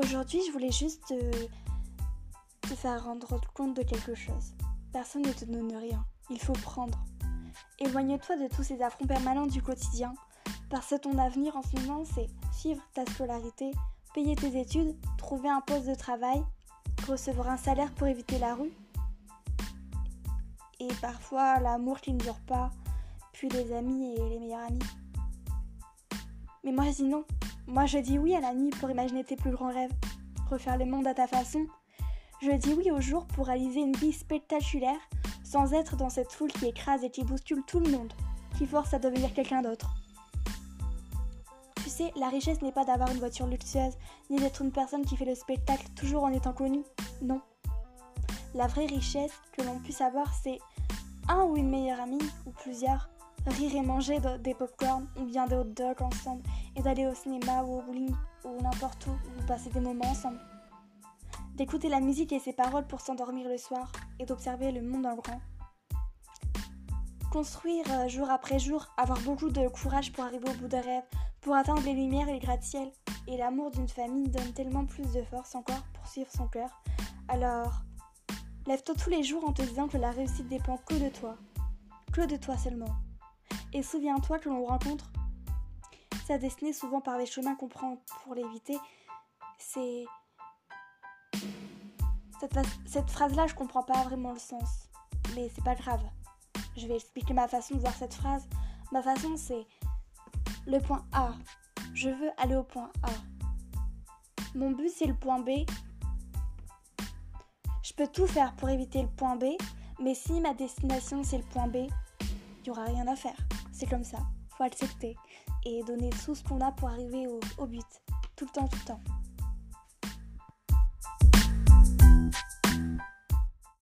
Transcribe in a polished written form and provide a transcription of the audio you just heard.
Aujourd'hui, je voulais juste te faire rendre compte de quelque chose. Personne ne te donne rien. Il faut prendre. Éloigne-toi de tous ces affronts permanents du quotidien, parce que ton avenir en ce moment, c'est suivre ta scolarité, payer tes études, trouver un poste de travail, recevoir un salaire pour éviter la rue, et parfois l'amour qui ne dure pas, puis les amis et les meilleurs amis. Mais moi je dis non. Moi je dis oui à la nuit pour imaginer tes plus grands rêves, refaire le monde à ta façon. Je dis oui au jour pour réaliser une vie spectaculaire, sans être dans cette foule qui écrase et qui bouscule tout le monde, qui force à devenir quelqu'un d'autre. Tu sais, la richesse n'est pas d'avoir une voiture luxueuse, ni d'être une personne qui fait le spectacle toujours en étant connue. Non. La vraie richesse que l'on puisse avoir, c'est un ou une meilleure amie, ou plusieurs, rire et manger des pop-corn ou bien des hot dogs ensemble, et d'aller au cinéma ou au bowling ou n'importe où, ou passer des moments ensemble. D'écouter la musique et ses paroles pour s'endormir le soir, et d'observer le monde en grand. Construire jour après jour, avoir beaucoup de courage pour arriver au bout des rêves, pour atteindre les lumières et les gratte-ciel. Et l'amour d'une famille donne tellement plus de force encore pour suivre son cœur. Alors, lève-toi tous les jours en te disant que la réussite dépend que de toi seulement. Et souviens-toi que l'on rencontre sa destinée souvent par des chemins qu'on prend pour l'éviter. Cette phrase-là, je comprends pas vraiment le sens, mais c'est pas grave. Je vais expliquer ma façon de voir cette phrase. Ma façon, c'est le point A. Je veux aller au point A. Mon but, c'est le point B. Je peux tout faire pour éviter le point B, mais si ma destination, c'est le point B, il n'y aura rien à faire. C'est comme ça. Faut accepter et donner tout ce qu'on a pour arriver au but. Tout le temps, tout le temps.